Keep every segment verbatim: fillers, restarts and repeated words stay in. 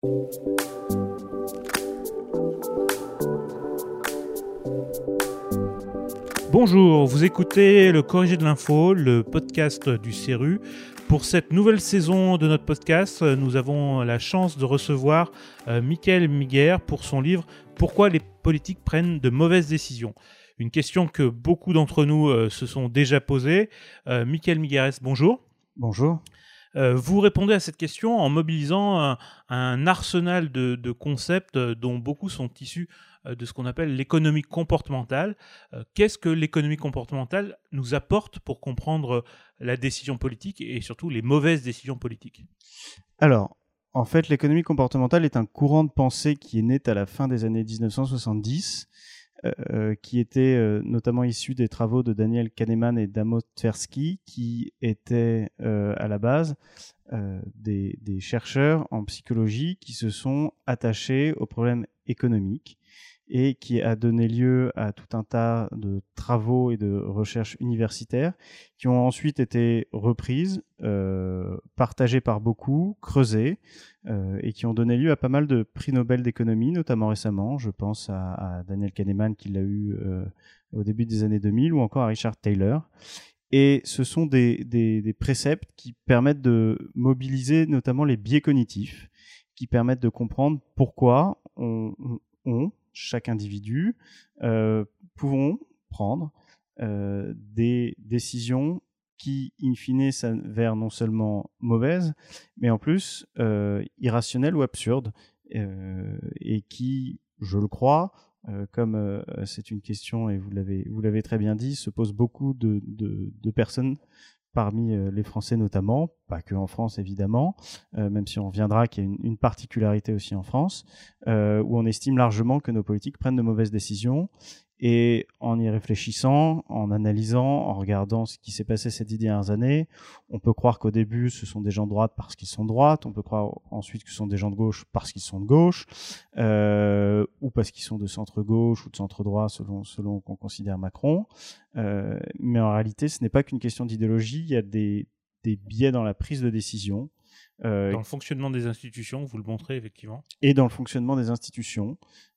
Bonjour, vous écoutez le Corrigé de l'info, le podcast du C R U. Pour cette nouvelle saison de notre podcast, nous avons la chance de recevoir euh, Michael Miguer pour son livre « Pourquoi les politiques prennent de mauvaises décisions ». Une question que beaucoup d'entre nous euh, se sont déjà posées. Euh, Michael Migueres, bonjour. Bonjour. Euh, vous répondez à cette question en mobilisant un, un arsenal de, de concepts dont beaucoup sont issus de ce qu'on appelle l'économie comportementale. Euh, qu'est-ce que l'économie comportementale nous apporte pour comprendre la décision politique et surtout les mauvaises décisions politiques ? Alors, en fait, l'économie comportementale est un courant de pensée qui est né à la fin des années dix-neuf cent soixante-dix, euh, qui était euh, notamment issu des travaux de Daniel Kahneman et d'Amos Tversky, qui étaient euh, à la base euh, des, des chercheurs en psychologie qui se sont attachés aux problèmes économiques, et qui a donné lieu à tout un tas de travaux et de recherches universitaires qui ont ensuite été reprises, euh, partagées par beaucoup, creusées, euh, et qui ont donné lieu à pas mal de prix Nobel d'économie, notamment récemment. Je pense à, à Daniel Kahneman qui l'a eu euh, au début des années deux mille, ou encore à Richard Taylor. Et ce sont des, des, des préceptes qui permettent de mobiliser notamment les biais cognitifs, qui permettent de comprendre pourquoi on, on, on chaque individu, euh, pouvons prendre euh, des décisions qui, in fine, s'avèrent non seulement mauvaises, mais en plus euh, irrationnelles ou absurdes, euh, et qui, je le crois, euh, comme euh, c'est une question, et vous l'avez, vous l'avez très bien dit, se pose beaucoup de, de, de personnes, parmi euh, les Français notamment, pas que en France évidemment, euh, même si on reviendra qu'il y a une, une particularité aussi en France, euh, où on estime largement que nos politiques prennent de mauvaises décisions. Et en y réfléchissant, en analysant, en regardant ce qui s'est passé ces dix dernières années, on peut croire qu'au début, ce sont des gens de droite parce qu'ils sont de droite, on peut croire ensuite que ce sont des gens de gauche parce qu'ils sont de gauche, euh, ou parce qu'ils sont de centre-gauche ou de centre-droit, selon, selon qu'on considère Macron. Euh, mais en réalité, ce n'est pas qu'une question d'idéologie, il y a des, des biais dans la prise de décision. Euh, dans le fonctionnement des institutions, vous le montrez effectivement. Et dans le fonctionnement des institutions,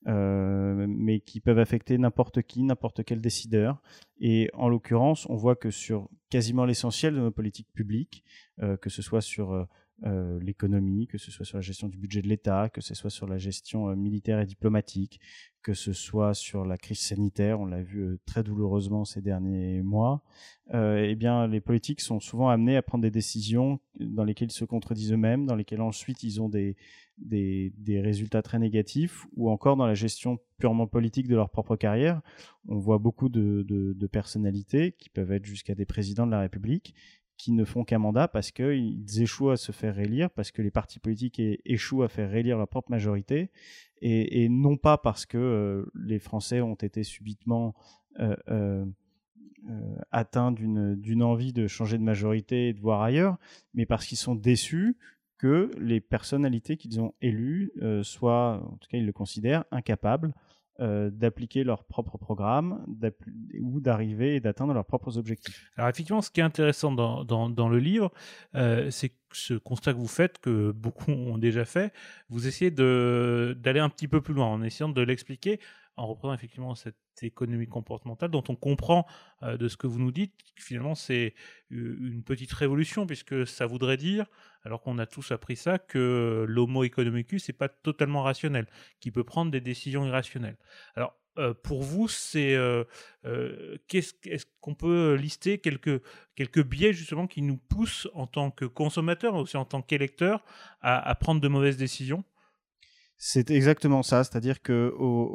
euh, mais qui peuvent affecter n'importe qui, n'importe quel décideur. Et en l'occurrence, on voit que sur quasiment l'essentiel de nos politiques publiques, euh, que ce soit sur euh, euh, l'économie, que ce soit sur la gestion du budget de l'État, que ce soit sur la gestion euh, militaire et diplomatique, que ce soit sur la crise sanitaire, on l'a vu euh, très douloureusement ces derniers mois, euh, eh bien, les politiques sont souvent amenés à prendre des décisions dans lesquelles ils se contredisent eux-mêmes, dans lesquelles ensuite ils ont des, des, des résultats très négatifs, ou encore dans la gestion purement politique de leur propre carrière. On voit beaucoup de, de, de personnalités qui peuvent être jusqu'à des présidents de la République, qui ne font qu'un mandat parce qu'ils échouent à se faire réélire, parce que les partis politiques échouent à faire réélire leur propre majorité, et, et non pas parce que euh, les Français ont été subitement euh, euh, euh, atteints d'une, d'une envie de changer de majorité et de voir ailleurs, mais parce qu'ils sont déçus que les personnalités qu'ils ont élues euh, soient, en tout cas ils le considèrent, incapables Euh, d'appliquer leur propre programme ou d'arriver et d'atteindre leurs propres objectifs. Alors effectivement, ce qui est intéressant dans, dans, dans le livre, euh, c'est que ce constat que vous faites, que beaucoup ont déjà fait, vous essayez de, d'aller un petit peu plus loin en essayant de l'expliquer, en reprenant effectivement cette économie comportementale dont on comprend euh, de ce que vous nous dites, finalement c'est une petite révolution, puisque ça voudrait dire, alors qu'on a tous appris ça, que l'homo economicus n'est pas totalement rationnel, qu'il peut prendre des décisions irrationnelles. Alors, euh, pour vous, c'est, euh, euh, qu'est-ce, est-ce qu'on peut lister quelques, quelques biais justement qui nous poussent en tant que consommateurs, mais aussi en tant qu'électeurs, à, à prendre de mauvaises décisions ? C'est exactement ça, c'est-à-dire qu'au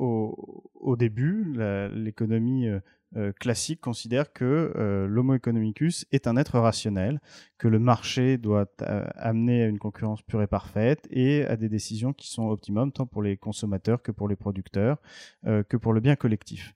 au, au début, la, l'économie euh, euh, classique considère que euh, l'homo economicus est un être rationnel, que le marché doit euh, amener à une concurrence pure et parfaite et à des décisions qui sont optimum tant pour les consommateurs que pour les producteurs, euh, que pour le bien collectif.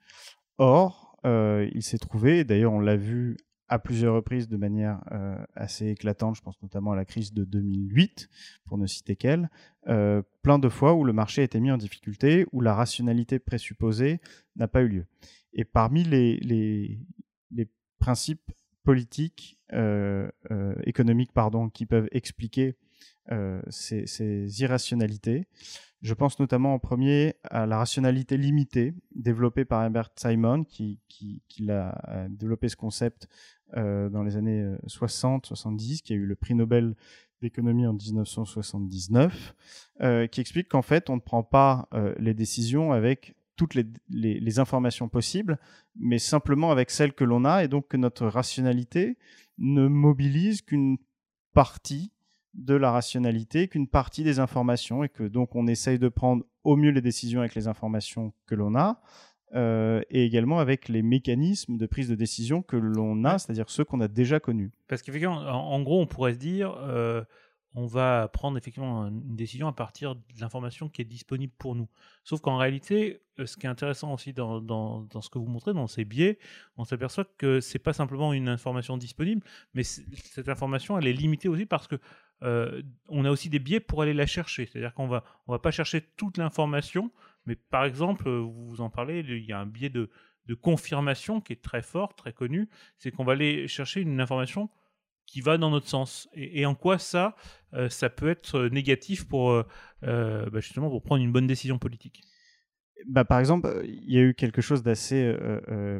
Or, euh, il s'est trouvé, et d'ailleurs on l'a vu à plusieurs reprises de manière euh, assez éclatante, je pense notamment à la crise de deux mille huit, pour ne citer qu'elle, euh, plein de fois où le marché a été mis en difficulté, où la rationalité présupposée n'a pas eu lieu. Et parmi les, les, les principes politiques, euh, euh, économiques, pardon, qui peuvent expliquer euh, ces, ces irrationalités. Je pense notamment en premier à la rationalité limitée, développée par Herbert Simon, qui, qui, qui a développé ce concept euh, dans les années soixante soixante-dix, qui a eu le prix Nobel d'économie en dix-neuf cent soixante-dix-neuf, euh, qui explique qu'en fait, on ne prend pas euh, les décisions avec toutes les, les, les informations possibles, mais simplement avec celles que l'on a, et donc que notre rationalité ne mobilise qu'une partie de la rationalité, qu'une partie des informations, et que donc on essaye de prendre au mieux les décisions avec les informations que l'on a, euh, et également avec les mécanismes de prise de décision que l'on a, ouais. C'est-à-dire ceux qu'on a déjà connus. Parce qu'effectivement, en, en gros, on pourrait se dire, euh, on va prendre effectivement une décision à partir de l'information qui est disponible pour nous. Sauf qu'en réalité, ce qui est intéressant aussi dans, dans, dans ce que vous montrez, dans ces biais, on s'aperçoit que c'est pas simplement une information disponible, mais cette information, elle est limitée aussi parce que Euh, on a aussi des biais pour aller la chercher. C'est-à-dire qu'on va, on va pas chercher toute l'information, mais par exemple, vous en parlez, il y a un biais de, de confirmation qui est très fort, très connu, c'est qu'on va aller chercher une information qui va dans notre sens. Et, et en quoi ça, euh, ça peut être négatif pour, euh, bah justement, pour prendre une bonne décision politique? Bah, par exemple, il y a eu quelque chose d'assez euh, euh,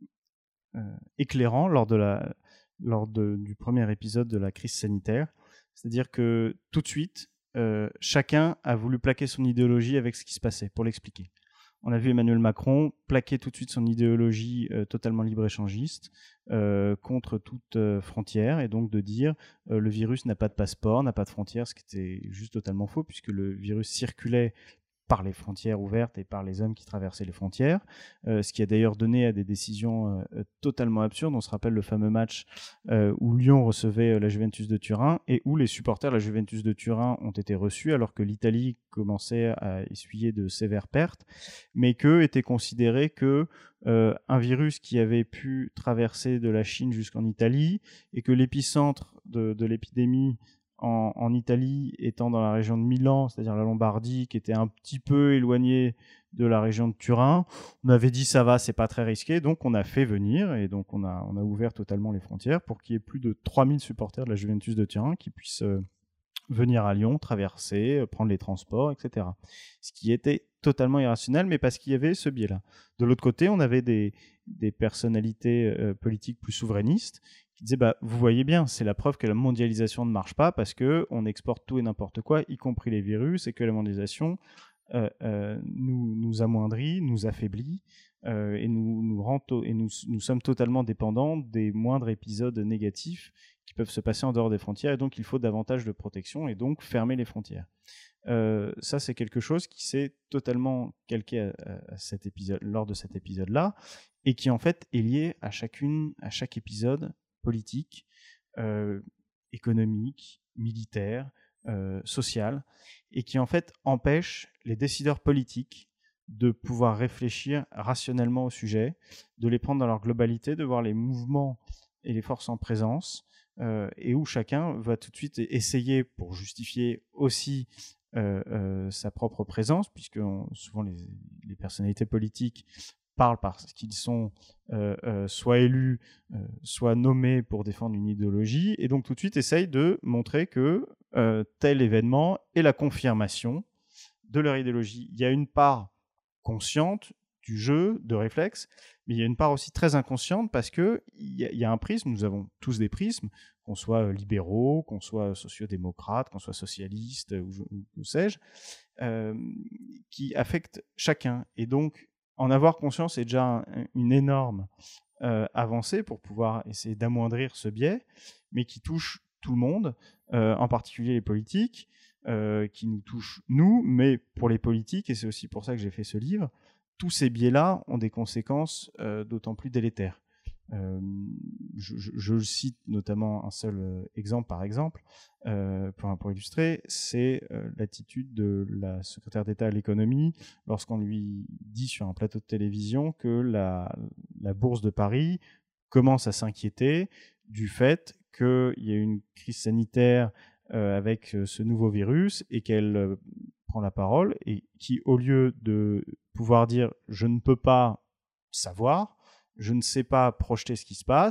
euh, éclairant lors, de la, lors de, du premier épisode de la crise sanitaire. C'est-à-dire que tout de suite, euh, chacun a voulu plaquer son idéologie avec ce qui se passait, pour l'expliquer. On a vu Emmanuel Macron plaquer tout de suite son idéologie euh, totalement libre-échangiste euh, contre toute euh, frontière, et donc de dire euh, le virus n'a pas de passeport, n'a pas de frontière, ce qui était juste totalement faux, puisque le virus circulait par les frontières ouvertes et par les hommes qui traversaient les frontières, euh, ce qui a d'ailleurs donné à des décisions euh, totalement absurdes. On se rappelle le fameux match euh, où Lyon recevait euh, la Juventus de Turin et où les supporters de la Juventus de Turin ont été reçus alors que l'Italie commençait à essuyer de sévères pertes, mais qu'eux étaient considérés que euh, un virus qui avait pu traverser de la Chine jusqu'en Italie et que l'épicentre de, de l'épidémie En, en Italie, étant dans la région de Milan, c'est-à-dire la Lombardie, qui était un petit peu éloignée de la région de Turin, on avait dit ça va, c'est pas très risqué, donc on a fait venir, et donc on a, on a ouvert totalement les frontières pour qu'il y ait plus de trois mille supporters de la Juventus de Turin qui puissent euh, venir à Lyon, traverser, euh, prendre les transports, et cetera. Ce qui était totalement irrationnel, mais parce qu'il y avait ce biais-là. De l'autre côté, on avait des, des personnalités euh, politiques plus souverainistes qui disaient bah, vous voyez bien, c'est la preuve que la mondialisation ne marche pas parce qu'on exporte tout et n'importe quoi, y compris les virus, et que la mondialisation euh, euh, nous, nous amoindrit, nous affaiblit euh, et, nous, nous, rend to- et nous, nous sommes totalement dépendants des moindres épisodes négatifs qui peuvent se passer en dehors des frontières, et donc il faut davantage de protection et donc fermer les frontières. Euh, ça, c'est quelque chose qui s'est totalement calqué à, à cet épisode, lors de cet épisode-là, et qui en fait est lié à chacune, à chaque épisode politique, euh, économique, militaire, euh, social, et qui en fait empêche les décideurs politiques de pouvoir réfléchir rationnellement au sujet, de les prendre dans leur globalité, de voir les mouvements et les forces en présence, euh, et où chacun va tout de suite essayer, pour justifier aussi euh, euh, sa propre présence, puisque on, souvent les, les personnalités politiques parlent parce qu'ils sont euh, euh, soit élus, euh, soit nommés pour défendre une idéologie, et donc tout de suite essayent de montrer que euh, tel événement est la confirmation de leur idéologie. Il y a une part consciente du jeu, de réflexe, mais il y a une part aussi très inconsciente parce qu'il y, y a un prisme, nous avons tous des prismes, qu'on soit libéraux, qu'on soit sociodémocrates, qu'on soit socialistes, ou, ou, ou sais-je, euh, qui affectent chacun. Et donc, en avoir conscience est déjà un, une énorme euh, avancée pour pouvoir essayer d'amoindrir ce biais, mais qui touche tout le monde, euh, en particulier les politiques, euh, qui nous touchent nous, mais pour les politiques, et c'est aussi pour ça que j'ai fait ce livre, tous ces biais-là ont des conséquences euh, d'autant plus délétères. Euh, je, je, je cite notamment un seul euh, exemple, par exemple, euh, pour, pour illustrer, c'est euh, l'attitude de la secrétaire d'État à l'économie lorsqu'on lui dit sur un plateau de télévision que la, la bourse de Paris commence à s'inquiéter du fait qu'il y a une crise sanitaire euh, avec euh, ce nouveau virus, et qu'elle euh, prend la parole, et qui, au lieu de pouvoir dire « je ne peux pas savoir », je ne sais pas projeter ce qui se passe,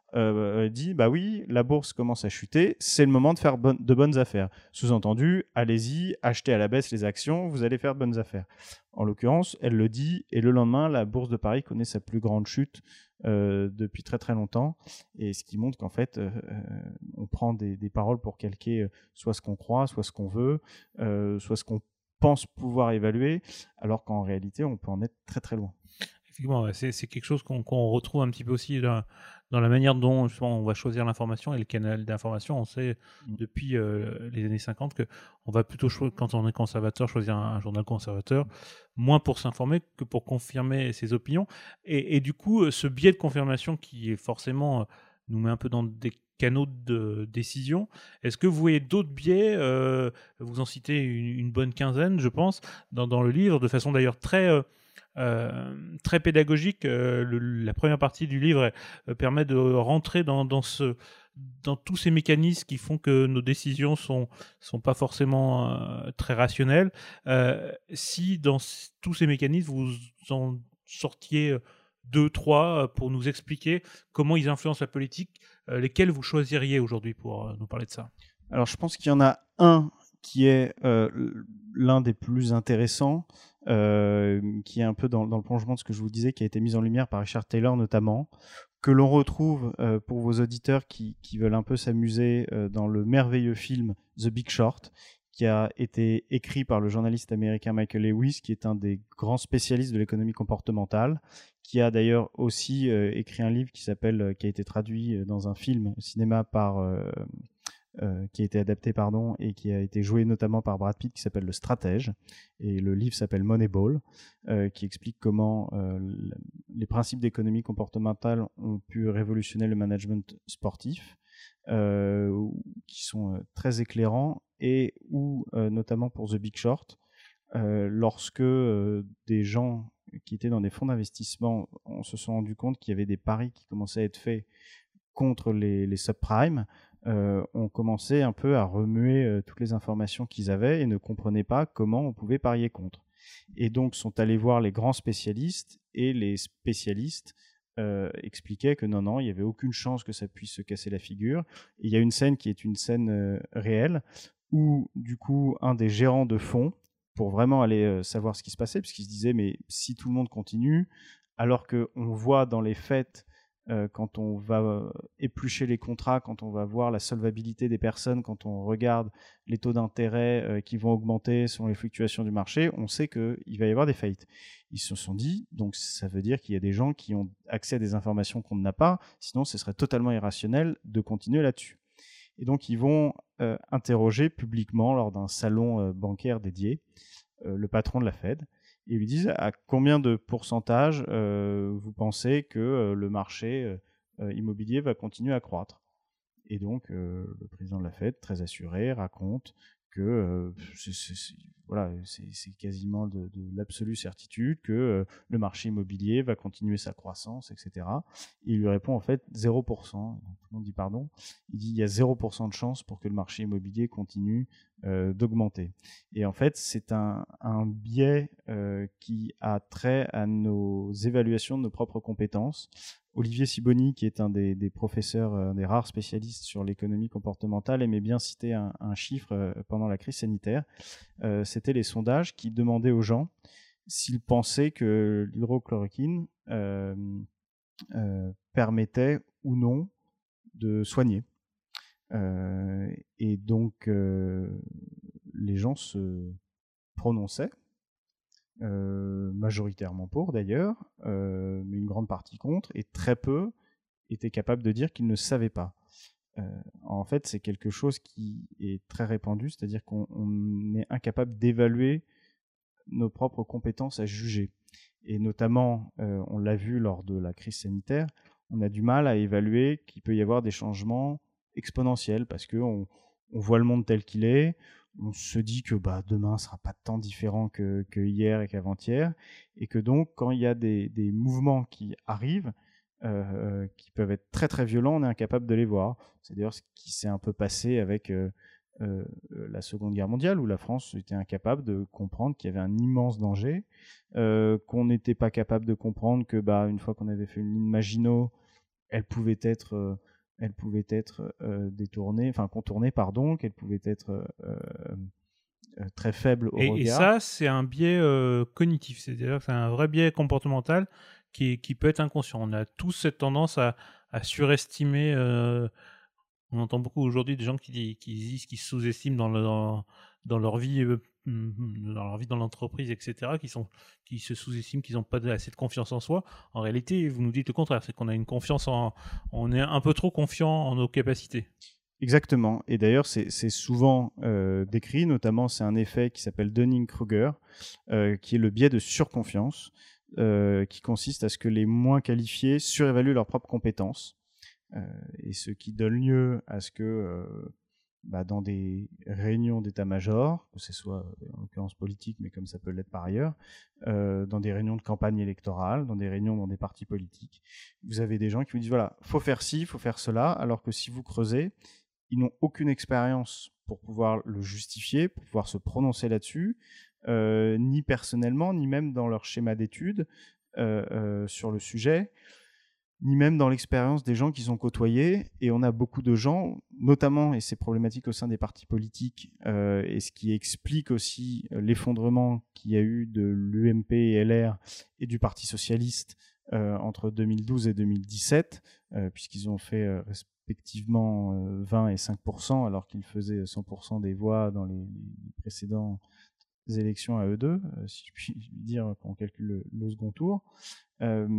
euh, dit bah oui, la bourse commence à chuter, c'est le moment de faire bon- de bonnes affaires. Sous-entendu, allez-y, achetez à la baisse les actions, vous allez faire de bonnes affaires. En l'occurrence, elle le dit, et le lendemain, la bourse de Paris connaît sa plus grande chute euh, depuis très très longtemps, et ce qui montre qu'en fait, euh, on prend des, des paroles pour calquer euh, soit ce qu'on croit, soit ce qu'on veut, euh, soit ce qu'on pense pouvoir évaluer, alors qu'en réalité, on peut en être très très loin. Effectivement, ouais, c'est, c'est quelque chose qu'on, qu'on retrouve un petit peu aussi dans, dans la manière dont justement, on va choisir l'information et le canal d'information. On sait depuis euh, les années cinquante qu'on va plutôt, cho- quand on est conservateur, choisir un, un journal conservateur, moins pour s'informer que pour confirmer ses opinions. Et, et du coup, euh, ce biais de confirmation qui est forcément euh, nous met un peu dans des canaux de décision. Est-ce que vous voyez d'autres biais euh, Vous en citez une, une bonne quinzaine, je pense, dans, dans le livre, de façon d'ailleurs très... euh, euh, très pédagogique. Euh, le, la première partie du livre euh, permet de rentrer dans, dans, ce, dans tous ces mécanismes qui font que nos décisions sont, sont pas forcément euh, très rationnelles. Euh, si dans c- tous ces mécanismes, vous en sortiez deux, trois euh, pour nous expliquer comment ils influencent la politique, euh, lesquels vous choisiriez aujourd'hui pour euh, nous parler de ça? Alors, je pense qu'il y en a un qui est euh, l'un des plus intéressants, euh, qui est un peu dans, dans le prolongement de ce que je vous disais, qui a été mis en lumière par Richard Taylor notamment, que l'on retrouve euh, pour vos auditeurs qui, qui veulent un peu s'amuser euh, dans le merveilleux film The Big Short, qui a été écrit par le journaliste américain Michael Lewis, qui est un des grands spécialistes de l'économie comportementale, qui a d'ailleurs aussi euh, écrit un livre qui s'appelle, euh, qui a été traduit dans un film au cinéma par... Euh, euh, qui a été adapté pardon, et qui a été joué notamment par Brad Pitt, qui s'appelle Le Stratège. Et le livre s'appelle Moneyball, euh, qui explique comment euh, les principes d'économie comportementale ont pu révolutionner le management sportif, euh, qui sont euh, très éclairants, et où, euh, notamment pour The Big Short, euh, lorsque euh, des gens qui étaient dans des fonds d'investissement, on se sont rendu compte qu'il y avait des paris qui commençaient à être faits contre les, les subprimes, euh, ont commencé un peu à remuer euh, toutes les informations qu'ils avaient et ne comprenaient pas comment on pouvait parier contre. Et donc sont allés voir les grands spécialistes, et les spécialistes euh, expliquaient que non, non, il n'y avait aucune chance que ça puisse se casser la figure. Et il y a une scène qui est une scène euh, réelle, où du coup un des gérants de fonds, pour vraiment aller euh, savoir ce qui se passait, puisqu'il se disait mais si tout le monde continue, alors qu'on voit dans les faits, euh, quand on va euh, éplucher les contrats, quand on va voir la solvabilité des personnes, quand on regarde les taux d'intérêt euh, qui vont augmenter selon les fluctuations du marché, on sait qu'il va y avoir des faillites. Ils se sont dit, donc ça veut dire qu'il y a des gens qui ont accès à des informations qu'on n'a pas, sinon ce serait totalement irrationnel de continuer là-dessus. Et donc ils vont euh, interroger publiquement lors d'un salon euh, bancaire dédié euh, le patron de la Fed, et lui disent à combien de pourcentage euh, vous pensez que euh, le marché euh, immobilier va continuer à croître. Et donc euh, le président de la Fed, très assuré, raconte que euh, c'est, c'est, c'est, voilà, c'est, c'est quasiment de, de l'absolue certitude que euh, le marché immobilier va continuer sa croissance, et cetera. Et il lui répond en fait zéro pour cent. Donc, tout le monde dit pardon. Il dit il y a zéro pour cent de chance pour que le marché immobilier continue euh, d'augmenter. Et en fait, c'est un, un biais euh, qui a trait à nos évaluations de nos propres compétences. Olivier Sibony, qui est un des, des professeurs, un des rares spécialistes sur l'économie comportementale, aimait bien citer un, un chiffre euh, pendant la crise sanitaire. Euh, c'était les sondages qui demandaient aux gens s'ils pensaient que l'hydrochloroquine euh, euh, permettait ou non de soigner. Euh, et donc, euh, les gens se prononçaient, euh, majoritairement pour d'ailleurs, euh, mais une grande partie contre, et très peu étaient capables de dire qu'ils ne savaient pas. Euh, en fait, c'est quelque chose qui est très répandu, c'est-à-dire qu'on on est incapable d'évaluer nos propres compétences à juger. Et notamment, euh, on l'a vu lors de la crise sanitaire, on a du mal à évaluer qu'il peut y avoir des changements exponentiels, parce qu'on on voit le monde tel qu'il est, on se dit que bah, demain ne sera pas tant différent que, que hier et qu'avant-hier, et que donc quand il y a des, des mouvements qui arrivent, euh, qui peuvent être très très violents, on est incapable de les voir. C'est d'ailleurs ce qui s'est un peu passé avec euh, euh, la Seconde Guerre mondiale, où la France était incapable de comprendre qu'il y avait un immense danger, euh, qu'on n'était pas capable de comprendre que bah, une fois qu'on avait fait une ligne Maginot, elle pouvait être, euh, elle pouvait être euh, détournée, enfin contournée, pardon, qu'elle pouvait être euh, euh, très faible au Et, et regard. ça, c'est un biais euh, cognitif, c'est-à-dire que c'est un vrai biais comportemental qui, est- qui peut être inconscient. On a tous cette tendance à, à surestimer. euh, on entend beaucoup aujourd'hui des gens qui, di- qui disent qu'ils se sous-estiment dans, le- dans, dans leur vie, euh, mm, dans leur vie dans l'entreprise, et cetera, qui, sont, qui se sous-estiment, qu'ils n'ont pas de- assez de confiance en soi. En réalité, vous nous dites le contraire, c'est qu'on a une confiance en, on est un peu trop confiant en nos capacités. Exactement. Et d'ailleurs, c'est c'est souvent euh, décrit, notamment c'est un effet qui s'appelle Dunning-Kruger, euh, qui est le biais de surconfiance, euh, qui consiste à ce que les moins qualifiés surévaluent leurs propres compétences, euh, et ce qui donne lieu à ce que euh, bah, dans des réunions d'état-major, que ce soit en l'occurrence politique, mais comme ça peut l'être par ailleurs, euh, dans des réunions de campagne électorale, dans des réunions dans des partis politiques, vous avez des gens qui vous disent voilà, faut faire ci, faut faire cela, alors que si vous creusez, ils n'ont aucune expérience pour pouvoir le justifier, pour pouvoir se prononcer là-dessus, euh, ni personnellement, ni même dans leur schéma d'études euh, euh, sur le sujet, ni même dans l'expérience des gens qu'ils ont côtoyés. Et on a beaucoup de gens, notamment, et c'est problématique au sein des partis politiques, euh, et ce qui explique aussi l'effondrement qu'il y a eu de l'U M P et L R et du Parti socialiste euh, entre deux mille douze et deux mille dix-sept, euh, puisqu'ils ont fait euh, respectivement euh, vingt et cinq pour cent, alors qu'ils faisaient cent pour cent des voix dans les, les précédentes élections à eux deux, euh, si je puis dire, quand on calcule le, le second tour. Euh,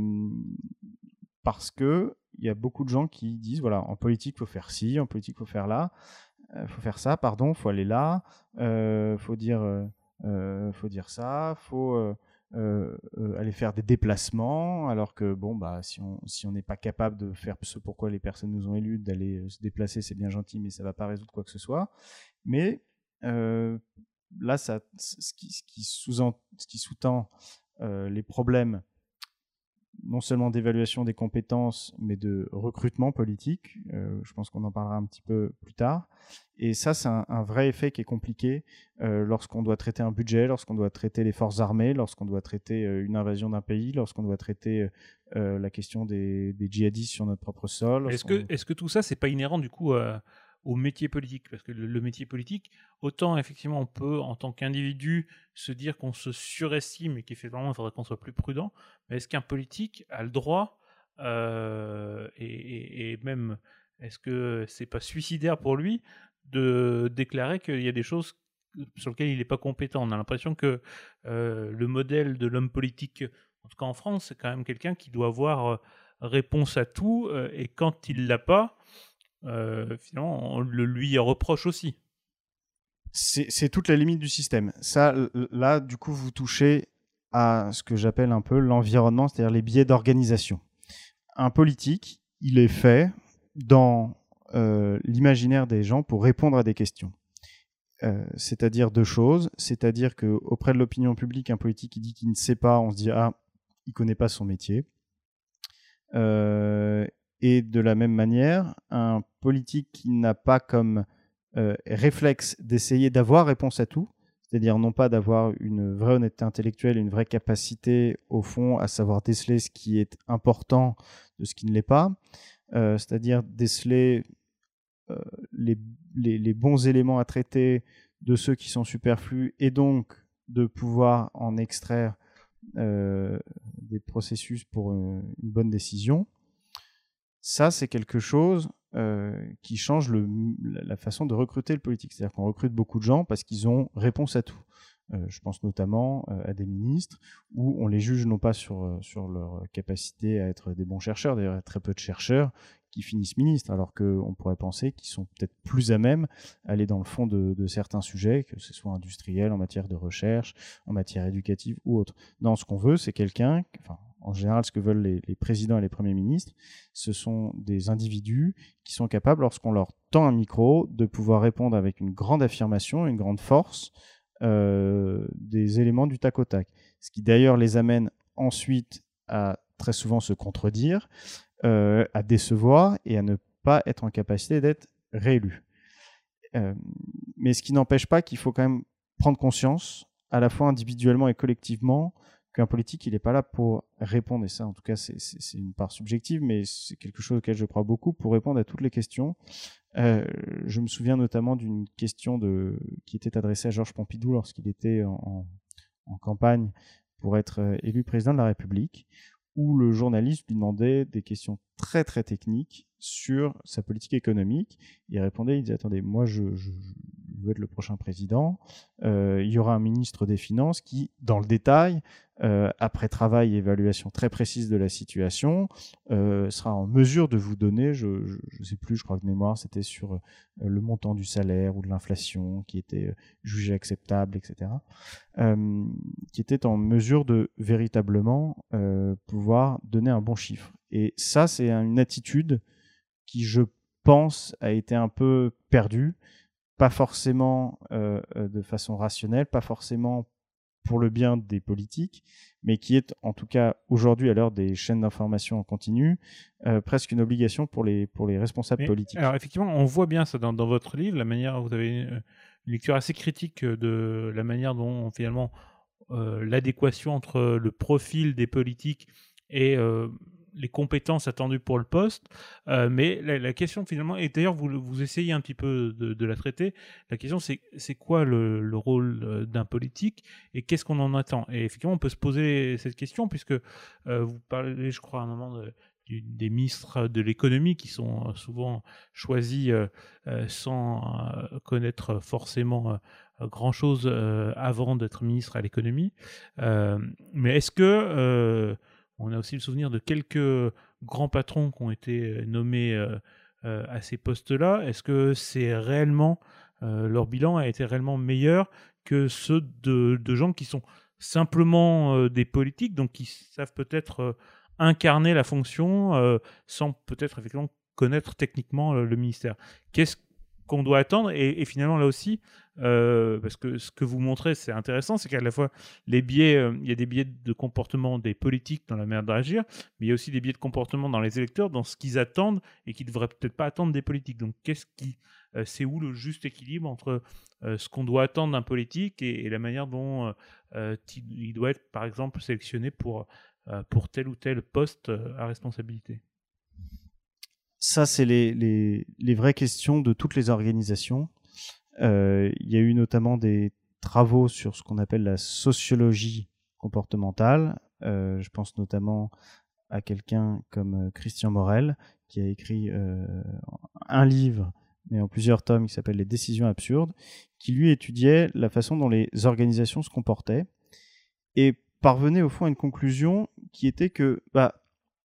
parce que il y a beaucoup de gens qui disent voilà, en politique faut faire ci, en politique faut faire là, euh, faut faire ça, pardon, faut aller là, euh, faut dire, euh, faut dire ça, faut euh, euh, aller faire des déplacements, alors que bon bah si on si on n'est pas capable de faire ce pourquoi les personnes nous ont élus, d'aller se déplacer, c'est bien gentil, mais ça va pas résoudre quoi que ce soit. Mais euh, là, ça, ce qui, ce qui sous-tend, ce qui sous-tend euh, les problèmes non seulement d'évaluation des compétences, mais de recrutement politique. Euh, je pense qu'on en parlera un petit peu plus tard. Et ça, c'est un, un vrai effet qui est compliqué euh, lorsqu'on doit traiter un budget, lorsqu'on doit traiter les forces armées, lorsqu'on doit traiter euh, une invasion d'un pays, lorsqu'on doit traiter euh, la question des, des djihadistes sur notre propre sol. Est-ce que, est-ce que tout ça, c'est pas inhérent du coup à, au métier politique? Parce que le, le métier politique, autant effectivement on peut, en tant qu'individu, se dire qu'on se surestime et qu'effectivement il faudrait qu'on soit plus prudent, mais est-ce qu'un politique a le droit, euh, et, et, et même, est-ce que c'est pas suicidaire pour lui de déclarer qu'il y a des choses sur lesquelles il n'est pas compétent? On a l'impression que euh, le modèle de l'homme politique, en tout cas en France, c'est quand même quelqu'un qui doit avoir euh, réponse à tout, euh, et quand il l'a pas, euh, finalement, on le lui reproche aussi. C'est, c'est toute la limite du système. Ça, là, du coup, vous touchez à ce que j'appelle un peu l'environnement, c'est-à-dire les biais d'organisation. Un politique, il est fait dans euh, l'imaginaire des gens pour répondre à des questions. Euh, c'est-à-dire deux choses, c'est-à-dire qu'auprès de l'opinion publique, un politique qui dit qu'il ne sait pas, on se dit « Ah, il ne connaît pas son métier euh, ». Et de la même manière, un politique qui n'a pas comme euh, réflexe d'essayer d'avoir réponse à tout, c'est-à-dire non pas d'avoir une vraie honnêteté intellectuelle, une vraie capacité au fond à savoir déceler ce qui est important de ce qui ne l'est pas, euh, c'est-à-dire déceler euh, les, les, les bons éléments à traiter de ceux qui sont superflus et donc de pouvoir en extraire euh, des processus pour une, une bonne décision. Ça, c'est quelque chose euh, qui change le, la façon de recruter le politique. C'est-à-dire qu'on recrute beaucoup de gens parce qu'ils ont réponse à tout. Euh, je pense notamment euh, à des ministres où on les juge non pas sur, sur leur capacité à être des bons chercheurs, d'ailleurs il y a très peu de chercheurs qui finissent ministres, alors qu'on pourrait penser qu'ils sont peut-être plus à même à aller dans le fond de, de certains sujets, que ce soit industriel, en matière de recherche, en matière éducative ou autre. Non, ce qu'on veut, c'est quelqu'un, enfin, en général, ce que veulent les, les présidents et les premiers ministres, ce sont des individus qui sont capables, lorsqu'on leur tend un micro, de pouvoir répondre avec une grande affirmation, une grande force, euh, des éléments du tac au tac. Ce qui d'ailleurs les amène ensuite à très souvent se contredire, euh, à décevoir et à ne pas être en capacité d'être réélus. Euh, mais ce qui n'empêche pas qu'il faut quand même prendre conscience, à la fois individuellement et collectivement, qu'un politique, il n'est pas là pour répondre, et ça, en tout cas, c'est, c'est, c'est une part subjective, mais c'est quelque chose auquel je crois beaucoup, pour répondre à toutes les questions. Euh, je me souviens notamment d'une question de, qui était adressée à Georges Pompidou lorsqu'il était en, en, en campagne pour être élu président de la République, où le journaliste lui demandait des questions très très techniques sur sa politique économique. Il répondait, il disait, attendez, moi je, je, je veux être le prochain président, euh, il y aura un ministre des Finances qui, dans le détail, euh, après travail et évaluation très précise de la situation, euh, sera en mesure de vous donner, je ne sais plus, je crois que de mémoire, c'était sur euh, le montant du salaire ou de l'inflation qui était euh, jugé acceptable, et cetera, euh, qui était en mesure de véritablement euh, pouvoir donner un bon chiffre. Et ça, c'est une attitude qui, je pense, a été un peu perdue, pas forcément euh, de façon rationnelle, pas forcément pour le bien des politiques, mais qui est en tout cas aujourd'hui à l'heure des chaînes d'information en continu, euh, presque une obligation pour les, pour les responsables Mais, politiques. Alors effectivement, on voit bien ça dans, dans votre livre, la manière, vous avez une, une lecture assez critique de la manière dont finalement euh, l'adéquation entre le profil des politiques et euh, les compétences attendues pour le poste, euh, mais la, la question finalement, et d'ailleurs vous, vous essayez un petit peu de, de la traiter, la question c'est, c'est quoi le, le rôle d'un politique et qu'est-ce qu'on en attend? Et effectivement on peut se poser cette question puisque euh, vous parlez je crois à un moment de, du, des ministres de l'économie qui sont souvent choisis euh, euh, sans euh, connaître forcément euh, grand-chose euh, avant d'être ministre à l'économie. Euh, mais est-ce que euh, on a aussi le souvenir de quelques grands patrons qui ont été nommés euh, euh, à ces postes-là. Est-ce que c'est réellement, euh, leur bilan a été réellement meilleur que ceux de, de gens qui sont simplement euh, des politiques, donc qui savent peut-être euh, incarner la fonction euh, sans peut-être effectivement connaître techniquement le, le ministère? Qu'est-ce qu'on doit attendre et, et finalement là aussi, euh, parce que ce que vous montrez c'est intéressant, c'est qu'à la fois les biais, euh, il y a des biais de comportement des politiques dans la manière d'agir, mais il y a aussi des biais de comportement dans les électeurs, dans ce qu'ils attendent et qu'ils ne devraient peut-être pas attendre des politiques. Donc qu'est-ce qui, euh, c'est où le juste équilibre entre euh, ce qu'on doit attendre d'un politique et, et la manière dont euh, il doit être par exemple sélectionné pour, euh, pour tel ou tel poste à responsabilité? Ça, c'est les, les, les vraies questions de toutes les organisations. Euh, il y a eu notamment des travaux sur ce qu'on appelle la sociologie comportementale. Euh, je pense notamment à quelqu'un comme Christian Morel, qui a écrit euh, un livre, mais en plusieurs tomes, qui s'appelle Les décisions absurdes, qui lui étudiait la façon dont les organisations se comportaient et parvenait au fond à une conclusion qui était que bah,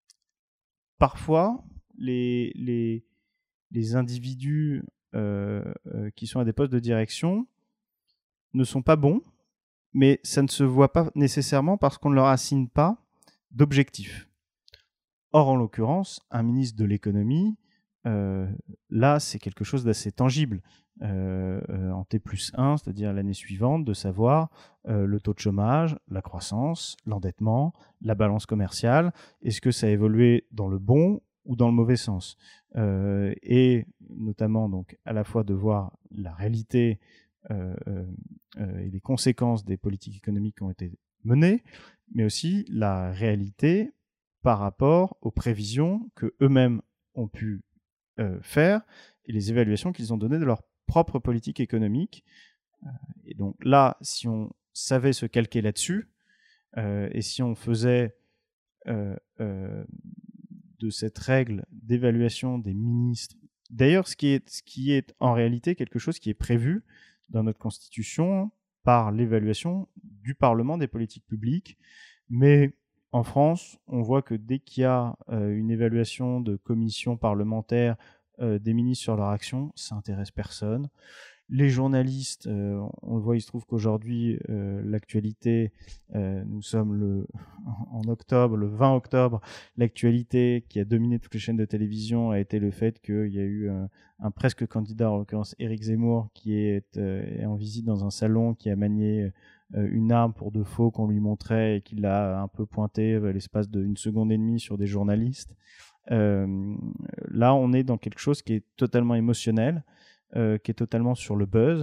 parfois, les, les, les individus euh, euh, qui sont à des postes de direction ne sont pas bons, mais ça ne se voit pas nécessairement parce qu'on ne leur assigne pas d'objectifs. Or, en l'occurrence, un ministre de l'économie, euh, là, c'est quelque chose d'assez tangible. Euh, euh, en T plus un, c'est-à-dire l'année suivante, de savoir euh, le taux de chômage, la croissance, l'endettement, la balance commerciale, est-ce que ça a évolué dans le bon ou dans le mauvais sens, euh, et notamment donc à la fois de voir la réalité euh, euh, et les conséquences des politiques économiques qui ont été menées, mais aussi la réalité par rapport aux prévisions que eux-mêmes ont pu euh, faire et les évaluations qu'ils ont données de leur propre politique économique. Euh, et donc là, si on savait se calquer là-dessus, euh, et si on faisait euh, euh, de cette règle d'évaluation des ministres, d'ailleurs, ce qui est, ce qui est en réalité quelque chose qui est prévu dans notre Constitution par l'évaluation du Parlement des politiques publiques, mais en France, on voit que dès qu'il y a euh, une évaluation de commission parlementaire euh, des ministres sur leur action, ça intéresse personne. Les journalistes, euh, on le voit, il se trouve qu'aujourd'hui, euh, l'actualité, euh, nous sommes le, en octobre, le vingt octobre, l'actualité qui a dominé toutes les chaînes de télévision a été le fait qu'il y a eu un, un presque candidat, en l'occurrence Éric Zemmour, qui est, euh, est en visite dans un salon, qui a manié euh, une arme pour de faux qu'on lui montrait et qui l'a un peu pointé à l'espace d'une seconde et demie sur des journalistes. Euh, là, on est dans quelque chose qui est totalement émotionnel, Euh, qui est totalement sur le buzz,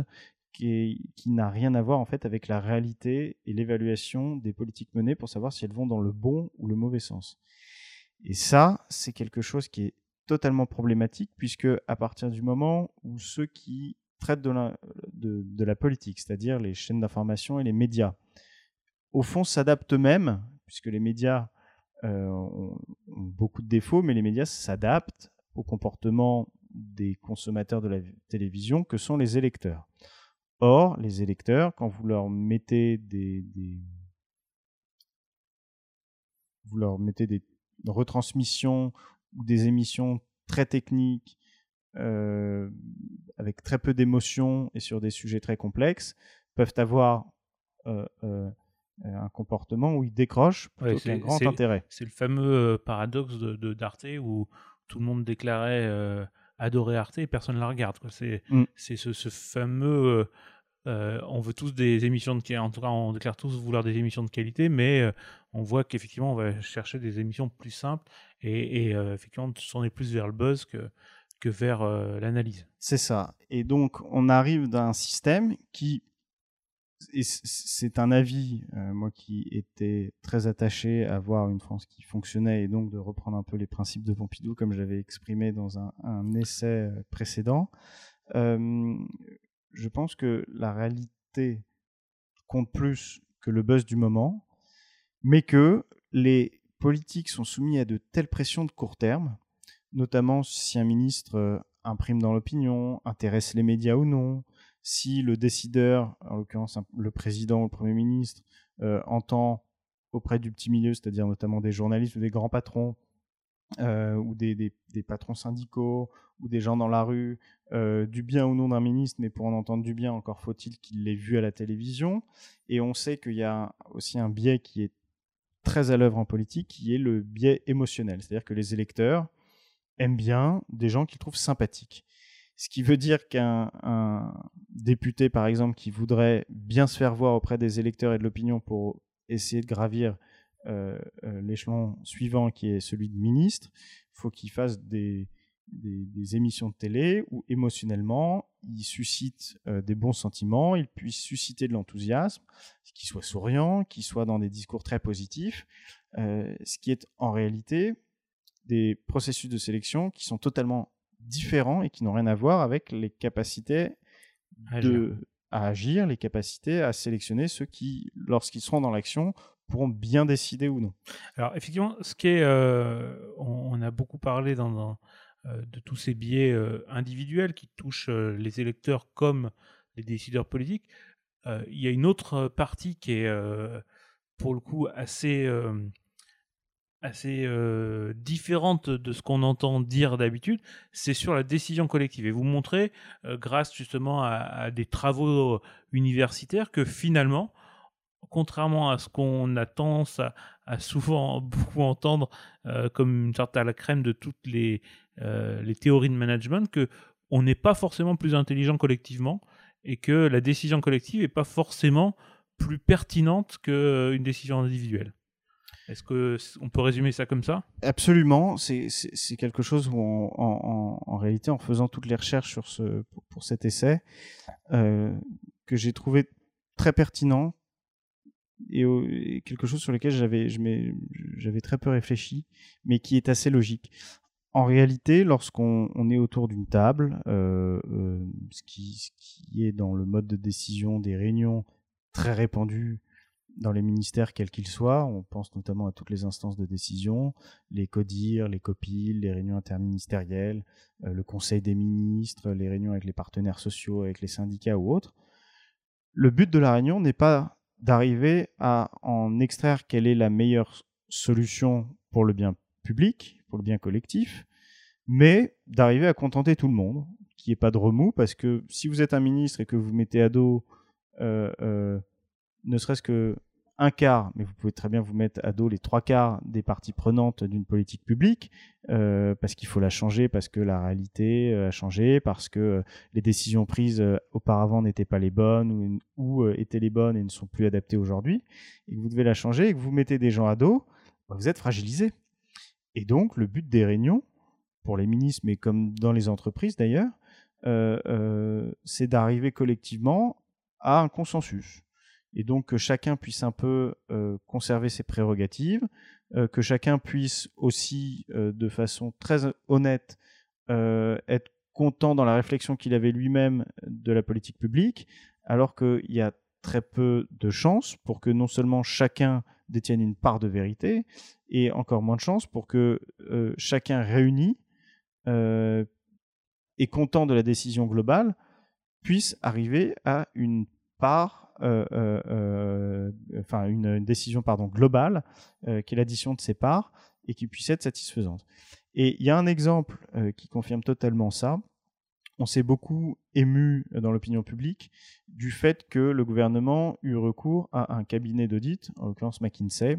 qui, est, qui n'a rien à voir en fait avec la réalité et l'évaluation des politiques menées pour savoir si elles vont dans le bon ou le mauvais sens. Et ça, c'est quelque chose qui est totalement problématique, puisque à partir du moment où ceux qui traitent de la, de, de la politique, c'est-à-dire les chaînes d'information et les médias, au fond s'adaptent eux-mêmes, puisque les médias euh, ont, ont beaucoup de défauts, mais les médias s'adaptent au comportement des consommateurs de la télévision que sont les électeurs. Or, les électeurs, quand vous leur mettez des, des vous leur mettez des retransmissions ou des émissions très techniques, euh, avec très peu d'émotions et sur des sujets très complexes, peuvent avoir euh, euh, un comportement où ils décrochent plutôt Ouais, qu'un c'est, grand c'est, intérêt. c'est le fameux euh, paradoxe de, de d'Arte où tout le monde déclarait euh, adorer Arte et personne ne la regarde, quoi. C'est, Mm. c'est ce, ce fameux... euh, euh, on veut tous des émissions de qualité, en tout cas on déclare tous vouloir des émissions de qualité, mais euh, on voit qu'effectivement on va chercher des émissions plus simples et, et euh, effectivement on est plus vers le buzz que, que vers euh, l'analyse. C'est ça. Et donc on arrive d'un système qui, et c'est un avis, euh, moi qui étais très attaché à voir une France qui fonctionnait et donc de reprendre un peu les principes de Pompidou comme j'avais exprimé dans un, un essai précédent. Euh, je pense que la réalité compte plus que le buzz du moment, mais que les politiques sont soumis à de telles pressions de court terme, notamment si un ministre euh, imprime dans l'opinion, intéresse les médias ou non, si le décideur, en l'occurrence le président ou le Premier ministre, euh, entend auprès du petit milieu, c'est-à-dire notamment des journalistes ou des grands patrons, euh, ou des, des, des patrons syndicaux, ou des gens dans la rue, euh, du bien ou non d'un ministre, mais pour en entendre du bien, encore faut-il qu'il l'ait vu à la télévision. Et on sait qu'il y a aussi un biais qui est très à l'œuvre en politique, qui est le biais émotionnel. C'est-à-dire que les électeurs aiment bien des gens qu'ils trouvent sympathiques. Ce qui veut dire qu'un un député, par exemple, qui voudrait bien se faire voir auprès des électeurs et de l'opinion pour essayer de gravir euh, euh, l'échelon suivant, qui est celui de ministre, il faut qu'il fasse des, des, des émissions de télé où émotionnellement, il suscite euh, des bons sentiments, il puisse susciter de l'enthousiasme, qu'il soit souriant, qu'il soit dans des discours très positifs, euh, ce qui est en réalité des processus de sélection qui sont totalement différents et qui n'ont rien à voir avec les capacités de, à agir, les capacités à sélectionner ceux qui, lorsqu'ils seront dans l'action, pourront bien décider ou non. Alors effectivement, ce qui est, euh, on, on a beaucoup parlé dans, dans, euh, de tous ces biais euh, individuels qui touchent euh, les électeurs comme les décideurs politiques. Euh, il y a une autre partie qui est euh, pour le coup assez euh, assez euh, différente de ce qu'on entend dire d'habitude, c'est sur la décision collective. Et vous montrez, euh, grâce justement à, à des travaux universitaires, que finalement, contrairement à ce qu'on a tendance à, à souvent beaucoup entendre euh, comme une sorte à la crème de toutes les, euh, les théories de management, que on n'est pas forcément plus intelligent collectivement et que la décision collective n'est pas forcément plus pertinente qu'une décision individuelle. Est-ce qu'on peut résumer ça comme ça ? Absolument, c'est, c'est, c'est quelque chose où, on, en, en, en réalité, en faisant toutes les recherches sur ce, pour, pour cet essai, euh, que j'ai trouvé très pertinent et, et quelque chose sur lequel j'avais, je j'avais très peu réfléchi, mais qui est assez logique. En réalité, lorsqu'on on est autour d'une table, euh, euh, ce, qui, ce qui est dans le mode de décision des réunions très répandu dans les ministères quels qu'ils soient, on pense notamment à toutes les instances de décision, les CODIR, les COPIL, les réunions interministérielles, euh, le Conseil des ministres, les réunions avec les partenaires sociaux, avec les syndicats ou autres. Le but de la réunion n'est pas d'arriver à en extraire quelle est la meilleure solution pour le bien public, pour le bien collectif, mais d'arriver à contenter tout le monde, qu'il n'y ait pas de remous, parce que si vous êtes un ministre et que vous mettez à dos euh, euh, ne serait-ce que un quart, mais vous pouvez très bien vous mettre à dos les trois quarts des parties prenantes d'une politique publique, euh, parce qu'il faut la changer, parce que la réalité a changé, parce que les décisions prises auparavant n'étaient pas les bonnes, ou, ou euh, étaient les bonnes et ne sont plus adaptées aujourd'hui, et que vous devez la changer, et que vous mettez des gens à dos, bah vous êtes fragilisé. Et donc, le but des réunions, pour les ministres, mais comme dans les entreprises d'ailleurs, euh, euh, c'est d'arriver collectivement à un consensus. Et donc que chacun puisse un peu euh, conserver ses prérogatives, euh, que chacun puisse aussi, euh, de façon très honnête, euh, être content dans la réflexion qu'il avait lui-même de la politique publique, alors qu'il y a très peu de chances pour que non seulement chacun détienne une part de vérité, et encore moins de chances pour que euh, chacun réuni euh, et content de la décision globale puisse arriver à une part, euh, euh, euh, enfin une, une décision pardon globale euh, qui est l'addition de ces parts et qui puisse être satisfaisante. Et il y a un exemple euh, qui confirme totalement ça. On s'est beaucoup ému dans l'opinion publique du fait que le gouvernement eut recours à un cabinet d'audit, en l'occurrence McKinsey,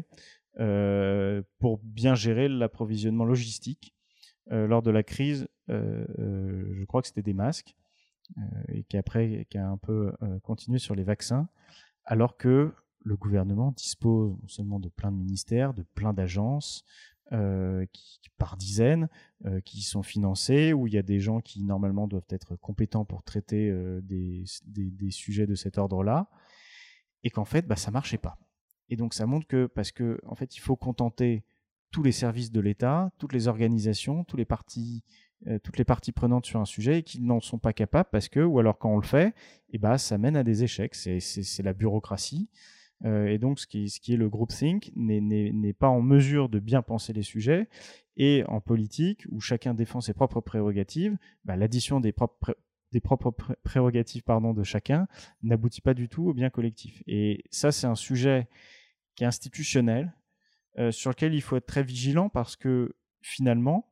euh, pour bien gérer l'approvisionnement logistique euh, lors de la crise, euh, euh, je crois que c'était des masques, euh, et qui après qui a un peu euh, continué sur les vaccins, alors que le gouvernement dispose non seulement de plein de ministères, de plein d'agences, euh, qui, par dizaines, euh, qui sont financées, où il y a des gens qui normalement doivent être compétents pour traiter euh, des, des, des sujets de cet ordre-là, et qu'en fait, bah, ça marchait pas. Et donc ça montre que, parce que en fait, il faut contenter tous les services de l'État, toutes les organisations, tous les partis, euh, toutes les parties prenantes sur un sujet et qui n'en sont pas capables parce que, ou alors quand on le fait, et bah, ça mène à des échecs. C'est, c'est, c'est la bureaucratie. Euh, et donc, ce qui, ce qui est le groupthink n'est, n'est, n'est pas en mesure de bien penser les sujets. Et en politique, où chacun défend ses propres prérogatives, bah, l'addition des propres, des propres prérogatives pardon, de chacun n'aboutit pas du tout au bien collectif. Et ça, c'est un sujet qui est institutionnel, euh, sur lequel il faut être très vigilant parce que finalement,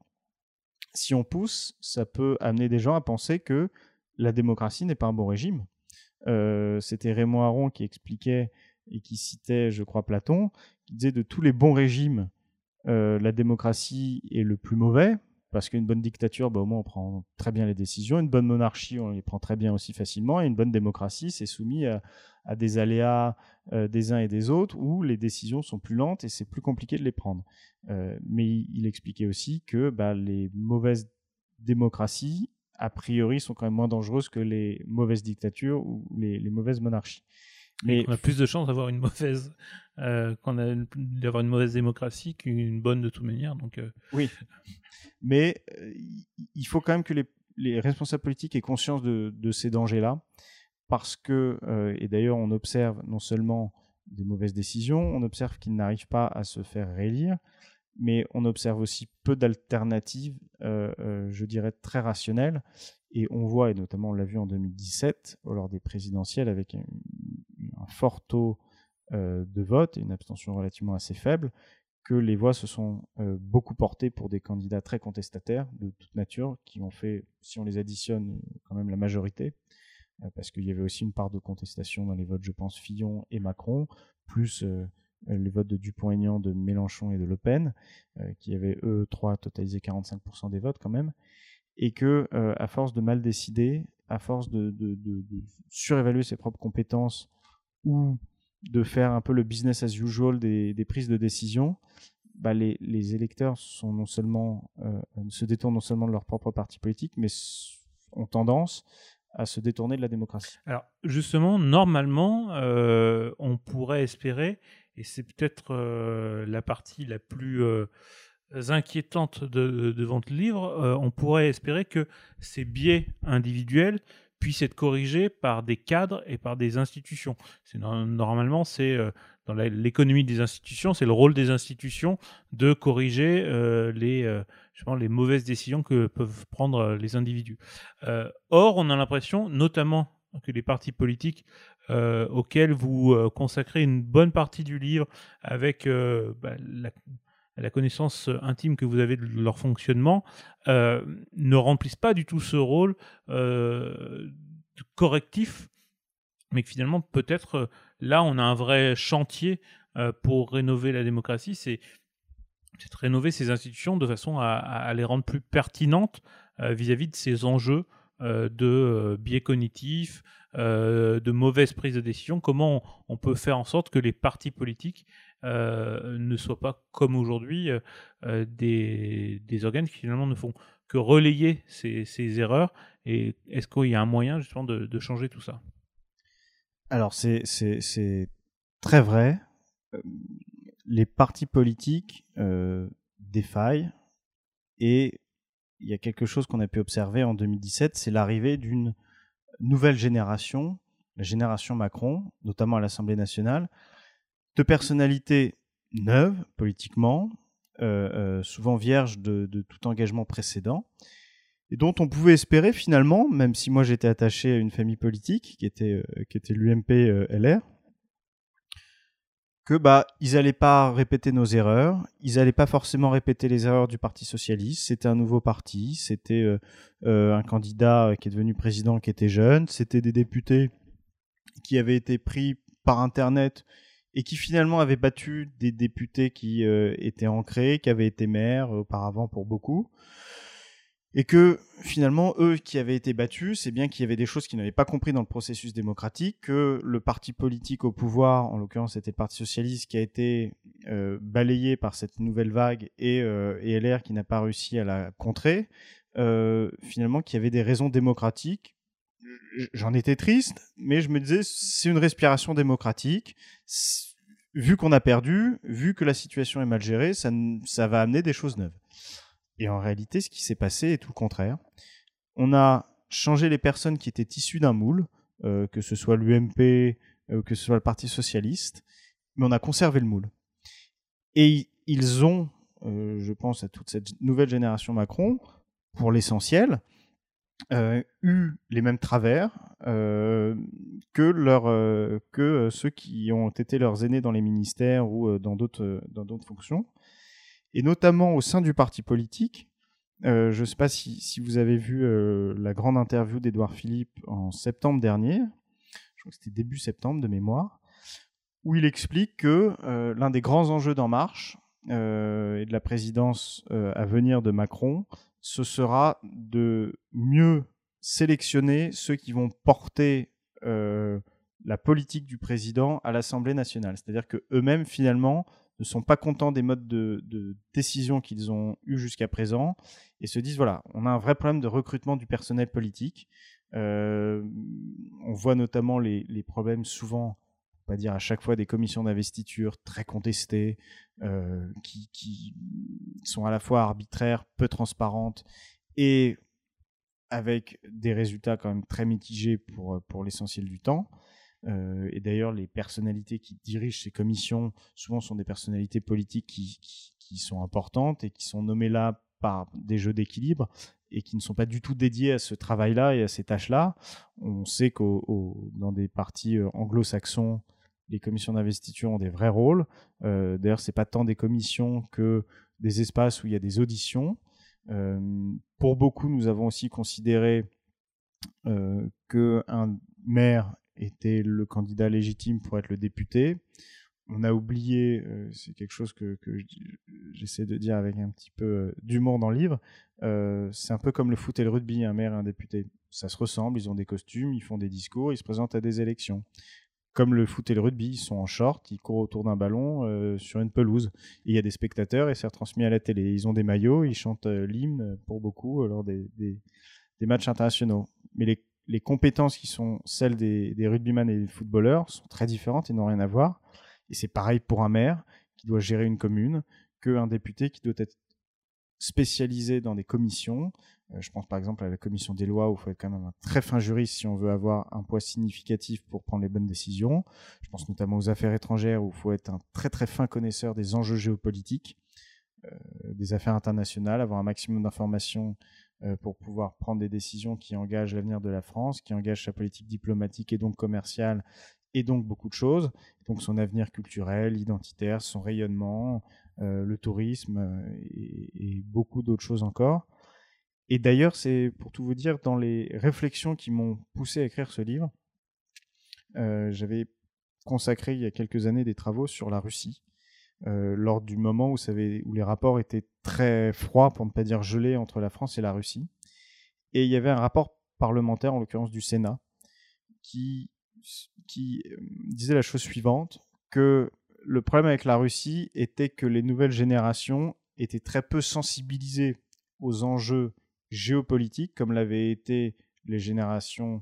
si on pousse, ça peut amener des gens à penser que la démocratie n'est pas un bon régime. Euh, c'était Raymond Aron qui expliquait et qui citait, je crois, Platon, qui disait de tous les bons régimes, euh, la démocratie est le plus mauvais, parce qu'une bonne dictature, bah, au moins on prend très bien les décisions, une bonne monarchie, on les prend très bien aussi facilement, et une bonne démocratie, c'est soumis à, à des aléas euh, des uns et des autres, où les décisions sont plus lentes et c'est plus compliqué de les prendre. Euh, mais il expliquait aussi que bah, les mauvaises démocraties, a priori, sont quand même moins dangereuses que les mauvaises dictatures ou les, les mauvaises monarchies. Mais on a plus de chances d'avoir une mauvaise, euh, qu'on a d'avoir une mauvaise démocratie qu'une bonne de toute manière. Donc euh... oui, mais euh, il faut quand même que les, les responsables politiques aient conscience de, de ces dangers-là, parce que euh, et d'ailleurs on observe non seulement des mauvaises décisions, on observe qu'ils n'arrivent pas à se faire réélire, mais on observe aussi peu d'alternatives, euh, euh, je dirais très rationnelles. Et on voit, et notamment on l'a vu en deux mille dix-sept, lors des présidentielles, avec un, un fort taux euh, de vote et une abstention relativement assez faible, que les voix se sont euh, beaucoup portées pour des candidats très contestataires de toute nature, qui ont fait, si on les additionne, quand même la majorité, euh, parce qu'il y avait aussi une part de contestation dans les votes, je pense, Fillon et Macron, plus euh, les votes de Dupont-Aignan, de Mélenchon et de Le Pen, euh, qui avaient eux trois totalisé quarante-cinq pour cent des votes quand même, et que euh, à force de mal décider, à force de, de, de, de surévaluer ses propres compétences ou de faire un peu le business as usual des, des prises de décision, bah les, les électeurs sont non seulement euh, se détournent non seulement de leur propre parti politique, mais ont tendance à se détourner de la démocratie. Alors justement, normalement, euh, on pourrait espérer, et c'est peut-être euh, la partie la plus euh, inquiétante de, de, de votre livre, euh, on pourrait espérer que ces biais individuels puissent être corrigés par des cadres et par des institutions. C'est, normalement, c'est euh, dans la, l'économie des institutions, c'est le rôle des institutions de corriger euh, les, euh, justement, les mauvaises décisions que peuvent prendre les individus. Euh, or, on a l'impression, notamment que les partis politiques euh, auxquels vous euh, consacrez une bonne partie du livre avec euh, bah, la la connaissance intime que vous avez de leur fonctionnement, euh, ne remplissent pas du tout ce rôle euh, de correctif, mais que finalement, peut-être, euh, là, on a un vrai chantier euh, pour rénover la démocratie, c'est peut-être rénover ces institutions de façon à, à les rendre plus pertinentes euh, vis-à-vis de ces enjeux euh, de euh, biais cognitifs, euh, de mauvaises prises de décision. Comment on, on peut faire en sorte que les partis politiques euh, ne soient pas, comme aujourd'hui, euh, des, des organes qui finalement ne font que relayer ces, ces erreurs. Et est-ce qu'il y a un moyen justement de, de changer tout ça ? Alors, c'est, c'est, c'est très vrai. Euh, les partis politiques euh, défaillent et il y a quelque chose qu'on a pu observer en deux mille dix-sept, c'est l'arrivée d'une nouvelle génération, la génération Macron, notamment à l'Assemblée nationale, de personnalités neuves politiquement, euh, euh, souvent vierges de, de tout engagement précédent, et dont on pouvait espérer finalement, même si moi j'étais attaché à une famille politique qui était, euh, qui était l'U M P euh, L R, que bah ils allaient pas répéter nos erreurs, ils allaient pas forcément répéter les erreurs du Parti socialiste. C'était un nouveau parti, c'était euh, euh, un candidat qui est devenu président qui était jeune, c'était des députés qui avaient été pris par Internet et qui finalement avaient battu des députés qui euh, étaient ancrés, qui avaient été maires auparavant pour beaucoup. Et que finalement, eux qui avaient été battus, c'est bien qu'il y avait des choses qu'ils n'avaient pas compris dans le processus démocratique, que le parti politique au pouvoir, en l'occurrence c'était le Parti socialiste, qui a été euh, balayé par cette nouvelle vague, et, euh, et L R qui n'a pas réussi à la contrer, euh, finalement qu'il y avait des raisons démocratiques. J'en étais triste, mais je me disais, c'est une respiration démocratique. Vu qu'on a perdu, vu que la situation est mal gérée, ça, ça va amener des choses neuves. Et en réalité, ce qui s'est passé est tout le contraire. On a changé les personnes qui étaient issues d'un moule, euh, que ce soit l'U M P, euh, que ce soit le Parti socialiste, mais on a conservé le moule. Et ils ont, euh, je pense à toute cette nouvelle génération Macron, pour l'essentiel, euh, eu les mêmes travers euh, que, leur, euh, que ceux qui ont été leurs aînés dans les ministères ou euh, dans, d'autres, euh, dans d'autres fonctions. Et notamment au sein du parti politique. Euh, je ne sais pas si, si vous avez vu euh, la grande interview d'Édouard Philippe en septembre dernier, je crois que c'était début septembre de mémoire, où il explique que euh, l'un des grands enjeux d'En Marche euh, et de la présidence euh, à venir de Macron, ce sera de mieux sélectionner ceux qui vont porter euh, la politique du président à l'Assemblée nationale. C'est-à-dire qu'eux-mêmes, finalement, ne sont pas contents des modes de, de décision qu'ils ont eus jusqu'à présent et se disent, voilà, on a un vrai problème de recrutement du personnel politique. Euh, on voit notamment les, les problèmes souvent, on va dire à chaque fois, des commissions d'investiture très contestées, euh, qui, qui sont à la fois arbitraires, peu transparentes et avec des résultats quand même très mitigés pour, pour l'essentiel du temps. Euh, et d'ailleurs, les personnalités qui dirigent ces commissions, souvent sont des personnalités politiques qui, qui, qui sont importantes et qui sont nommées là par des jeux d'équilibre et qui ne sont pas du tout dédiés à ce travail-là et à ces tâches-là. On sait que dans des partis anglo-saxons, les commissions d'investiture ont des vrais rôles. Euh, d'ailleurs, ce n'est pas tant des commissions que des espaces où il y a des auditions. Euh, pour beaucoup, nous avons aussi considéré euh, qu'un maire était le candidat légitime pour être le député. On a oublié, euh, c'est quelque chose que, que j'essaie de dire avec un petit peu euh, d'humour dans le livre, euh, c'est un peu comme le foot et le rugby, un maire et un député. Ça se ressemble, ils ont des costumes, ils font des discours, ils se présentent à des élections. Comme le foot et le rugby, ils sont en short, ils courent autour d'un ballon euh, sur une pelouse. Il y a des spectateurs et c'est retransmis à la télé. Ils ont des maillots, ils chantent euh, l'hymne pour beaucoup euh, lors des, des, des matchs internationaux. Mais les les compétences qui sont celles des, des rugbyman et des footballeurs sont très différentes et n'ont rien à voir. Et c'est pareil pour un maire qui doit gérer une commune qu'un député qui doit être spécialisé dans des commissions. Euh, je pense par exemple à la commission des lois où il faut être quand même un très fin juriste si on veut avoir un poids significatif pour prendre les bonnes décisions. Je pense notamment aux affaires étrangères où il faut être un très très fin connaisseur des enjeux géopolitiques, euh, des affaires internationales, avoir un maximum d'informations pour pouvoir prendre des décisions qui engagent l'avenir de la France, qui engagent sa politique diplomatique et donc commerciale, et donc beaucoup de choses, donc son avenir culturel, identitaire, son rayonnement, euh, le tourisme euh, et, et beaucoup d'autres choses encore. Et d'ailleurs, c'est pour tout vous dire, dans les réflexions qui m'ont poussé à écrire ce livre, euh, j'avais consacré il y a quelques années des travaux sur la Russie, Euh, lors du moment où, ça avait, où les rapports étaient très froids, pour ne pas dire gelés, entre la France et la Russie. Et il y avait un rapport parlementaire, en l'occurrence du Sénat, qui, qui euh, disait la chose suivante, que le problème avec la Russie était que les nouvelles générations étaient très peu sensibilisées aux enjeux géopolitiques, comme l'avaient été les générations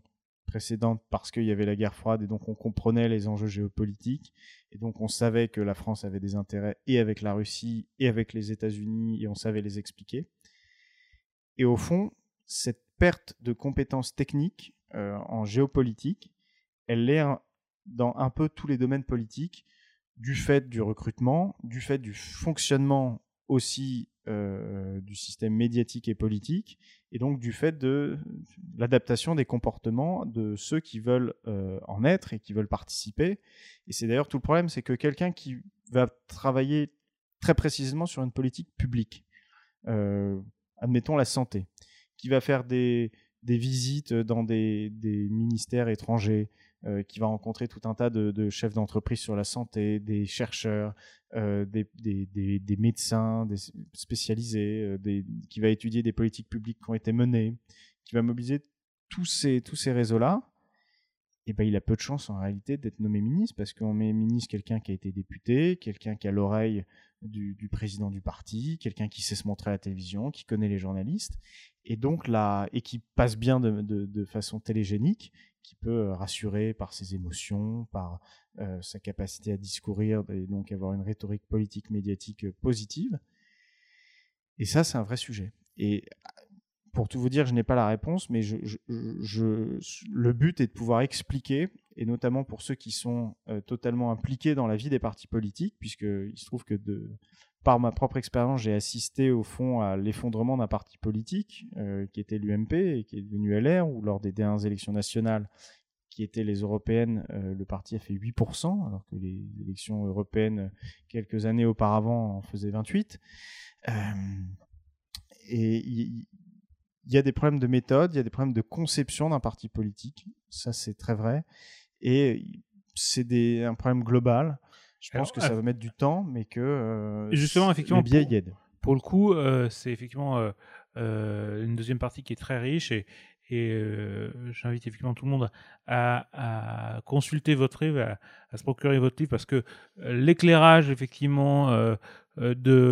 précédentes parce qu'il y avait la guerre froide et donc on comprenait les enjeux géopolitiques et donc on savait que la France avait des intérêts et avec la Russie et avec les États-Unis et on savait les expliquer. Et au fond, cette perte de compétences techniques euh, en géopolitique, elle l'est un, dans un peu tous les domaines politiques, du fait du recrutement, du fait du fonctionnement aussi euh, du système médiatique et politique, et donc du fait de l'adaptation des comportements de ceux qui veulent euh, en être et qui veulent participer. Et c'est d'ailleurs tout le problème, c'est que quelqu'un qui va travailler très précisément sur une politique publique, euh, admettons la santé, qui va faire des, des visites dans des, des ministères étrangers, euh, qui va rencontrer tout un tas de, de chefs d'entreprise sur la santé, des chercheurs, euh, des, des, des, des médecins des spécialisés, euh, des, qui va étudier des politiques publiques qui ont été menées, qui va mobiliser tous ces, tous ces réseaux-là, et ben, il a peu de chance en réalité d'être nommé ministre, parce qu'on met ministre quelqu'un qui a été député, quelqu'un qui a l'oreille du, du président du parti, quelqu'un qui sait se montrer à la télévision, qui connaît les journalistes, et donc là, et qui passe bien de, de, de façon télégénique, qui peut rassurer par ses émotions, par euh, sa capacité à discourir et donc avoir une rhétorique politique médiatique positive. Et ça, c'est un vrai sujet. Et pour tout vous dire, je n'ai pas la réponse, mais je, je, je, le but est de pouvoir expliquer, et notamment pour ceux qui sont euh, totalement impliqués dans la vie des partis politiques, puisqu'il se trouve que de, par ma propre expérience, j'ai assisté au fond à l'effondrement d'un parti politique euh, qui était l'U M P et qui est devenu L R, où lors des dernières élections nationales, qui étaient les européennes, euh, le parti a fait huit pour cent, alors que les élections européennes, quelques années auparavant, en faisaient vingt-huit. Euh, et il Il y a des problèmes de méthode, il y a des problèmes de conception d'un parti politique, ça c'est très vrai, et c'est des, un problème global. Je pense Alors, que ça va mettre du temps, mais que euh, justement, effectivement, les biais pour, y aident. Pour le coup, euh, c'est effectivement euh, euh, une deuxième partie qui est très riche, et, et euh, j'invite effectivement tout le monde à, à consulter votre livre, à, à se procurer votre livre, parce que l'éclairage effectivement euh, de,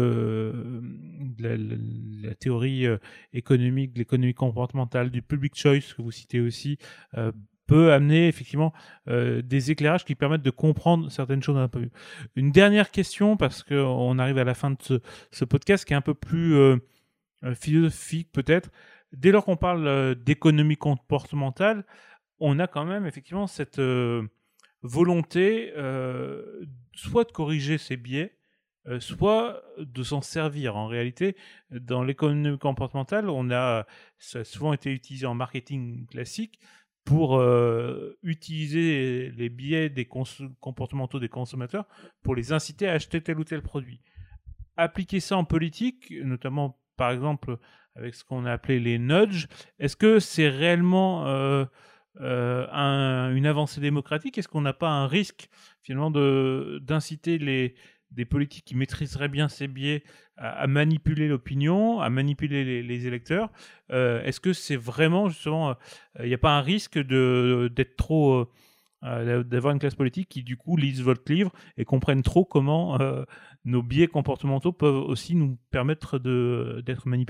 de, la, de la théorie euh, économique, de l'économie comportementale, du public choice que vous citez aussi, euh, peut amener effectivement euh, des éclairages qui permettent de comprendre certaines choses un peu mieux. Une dernière question, parce qu'on arrive à la fin de ce, ce podcast, qui est un peu plus euh, philosophique peut-être. Dès lors qu'on parle euh, d'économie comportementale, on a quand même effectivement cette euh, volonté euh, soit de corriger ses biais, euh, soit de s'en servir. En réalité, dans l'économie comportementale, on a, ça a souvent été utilisé en marketing classique, pour euh, utiliser les biais des cons- comportementaux des consommateurs pour les inciter à acheter tel ou tel produit. Appliquer ça en politique, notamment par exemple avec ce qu'on a appelé les nudges, est-ce que c'est réellement euh, euh, un, une avancée démocratique ? Est-ce qu'on n'a pas un risque finalement de, d'inciter les, des politiques qui maîtriseraient bien ces biais à, à manipuler l'opinion, à manipuler les, les électeurs ? euh, Est-ce que c'est vraiment justement, il euh, n'y a pas un risque de, d'être trop, euh, d'avoir une classe politique qui du coup lise votre livre et comprenne trop comment euh, nos biais comportementaux peuvent aussi nous permettre de, d'être manipulés ?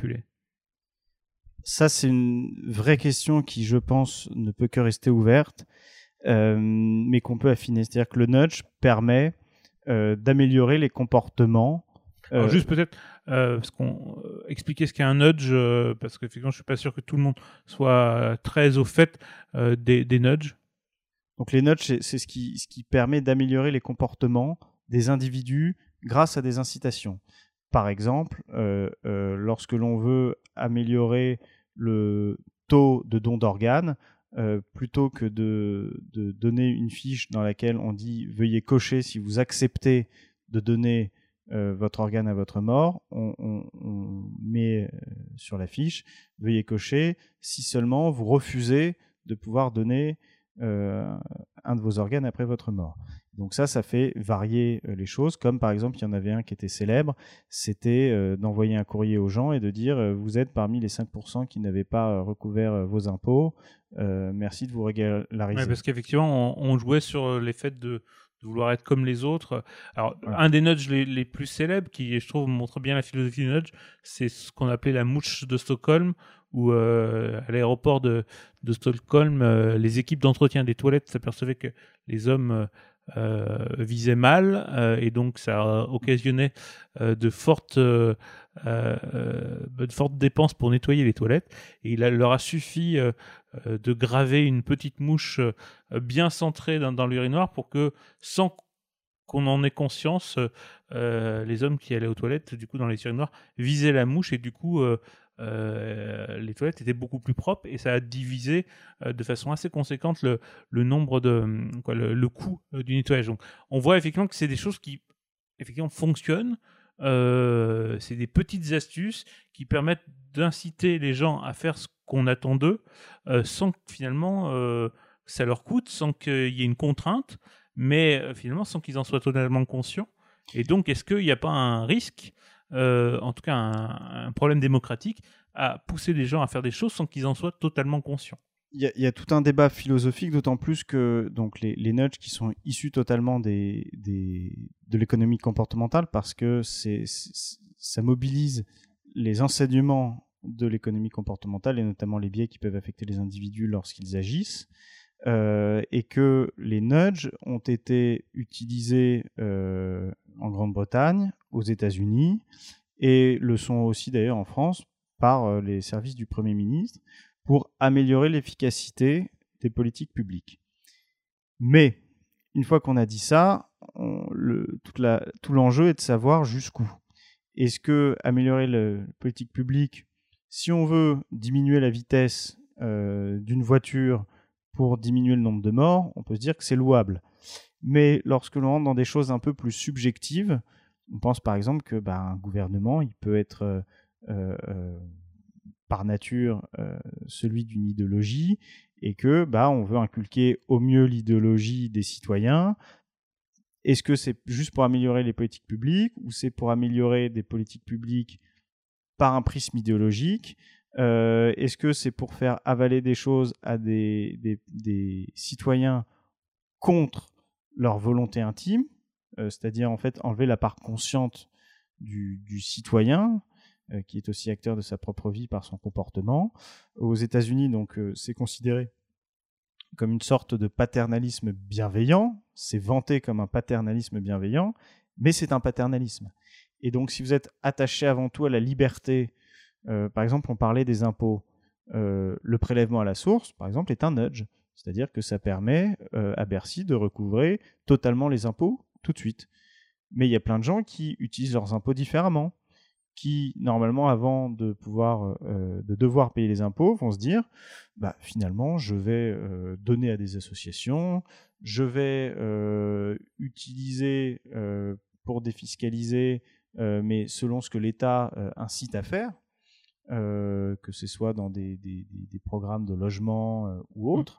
Ça, c'est une vraie question qui, je pense, ne peut que rester ouverte, euh, mais qu'on peut affiner. C'est-à-dire que le nudge permet euh, d'améliorer les comportements. Euh... Alors juste peut-être euh, parce qu'on euh, expliquer ce qu'est un nudge, euh, parce qu'effectivement, je suis pas sûr que tout le monde soit très au fait euh, des, des nudges. Donc les nudges, c'est, c'est ce qui, ce qui permet d'améliorer les comportements des individus grâce à des incitations. Par exemple, euh, euh, lorsque l'on veut améliorer le taux de don d'organes, euh, plutôt que de, de donner une fiche dans laquelle on dit « veuillez cocher si vous acceptez de donner euh, votre organe à votre mort », on, on, on met euh, sur la fiche « veuillez cocher si seulement vous refusez de pouvoir donner euh, un de vos organes après votre mort ». Donc ça, ça fait varier euh, les choses, comme par exemple, il y en avait un qui était célèbre, c'était euh, d'envoyer un courrier aux gens et de dire euh, « vous êtes parmi les cinq pour cent qui n'avaient pas euh, recouvert euh, vos impôts, euh, merci de vous régulariser ». Ouais, parce qu'effectivement, on, on jouait sur les faits de, de vouloir être comme les autres. Alors, ouais. Un des nudges les, les plus célèbres, qui je trouve montre bien la philosophie du nudge, c'est ce qu'on appelait la mouche de Stockholm, où euh, à l'aéroport de, de Stockholm, euh, les équipes d'entretien des toilettes s'apercevaient que les hommes euh, visaient mal, euh, et donc ça occasionnait euh, de fortes euh, euh, de fortes dépenses pour nettoyer les toilettes. Et il a, leur a suffi euh, euh, de graver une petite mouche euh, bien centrée dans, dans l'urinoir pour que, sans qu'on en ait conscience, euh, les hommes qui allaient aux toilettes, du coup, dans les urinoirs, visaient la mouche, et du coup, euh, euh, les toilettes étaient beaucoup plus propres, et ça a divisé euh, de façon assez conséquente le, le nombre de, quoi, le, le coût euh, du nettoyage. Donc, on voit effectivement que c'est des choses qui, effectivement, fonctionnent. Euh, c'est des petites astuces qui permettent d'inciter les gens à faire ce qu'on attend d'eux, euh, sans que finalement euh, ça leur coûte, sans qu'il y ait une contrainte, mais euh, finalement sans qu'ils en soient totalement conscients. Et donc, est-ce qu'il n'y a pas un risque, euh, en tout cas un, un problème démocratique, à pousser les gens à faire des choses sans qu'ils en soient totalement conscients? Il y, a, il y a tout un débat philosophique, d'autant plus que donc, les, les nudges qui sont issus totalement des, des, de l'économie comportementale, parce que c'est, c'est, ça mobilise les enseignements de l'économie comportementale, et notamment les biais qui peuvent affecter les individus lorsqu'ils agissent. Euh, et que les nudges ont été utilisés euh, en Grande-Bretagne, aux États-Unis, et le sont aussi d'ailleurs en France par euh, les services du Premier ministre pour améliorer l'efficacité des politiques publiques. Mais une fois qu'on a dit ça, on, le, toute la, tout l'enjeu est de savoir jusqu'où. Est-ce que améliorer la politique publique, si on veut diminuer la vitesse euh, d'une voiture pour diminuer le nombre de morts, on peut se dire que c'est louable. Mais lorsque l'on rentre dans des choses un peu plus subjectives, on pense par exemple que bah, un gouvernement, il peut être euh, euh, par nature euh, celui d'une idéologie, et que bah, on veut inculquer au mieux l'idéologie des citoyens. Est-ce que c'est juste pour améliorer les politiques publiques, ou c'est pour améliorer des politiques publiques par un prisme idéologique? Euh, est-ce que c'est pour faire avaler des choses à des, des, des citoyens contre leur volonté intime, euh, c'est-à-dire en fait enlever la part consciente du, du citoyen, euh, qui est aussi acteur de sa propre vie par son comportement. Aux États-Unis, donc, euh, c'est considéré comme une sorte de paternalisme bienveillant, c'est vanté comme un paternalisme bienveillant, mais c'est un paternalisme. Et donc, si vous êtes attaché avant tout à la liberté, euh, par exemple, on parlait des impôts, euh, le prélèvement à la source, par exemple, est un nudge. C'est-à-dire que ça permet euh, à Bercy de recouvrer totalement les impôts tout de suite. Mais il y a plein de gens qui utilisent leurs impôts différemment, qui, normalement, avant de pouvoir, euh, de devoir payer les impôts, vont se dire, bah, finalement, je vais euh, donner à des associations, je vais euh, utiliser euh, pour défiscaliser, euh, mais selon ce que l'État euh, incite à faire, euh, que ce soit dans des, des, des programmes de logement euh, ou autres.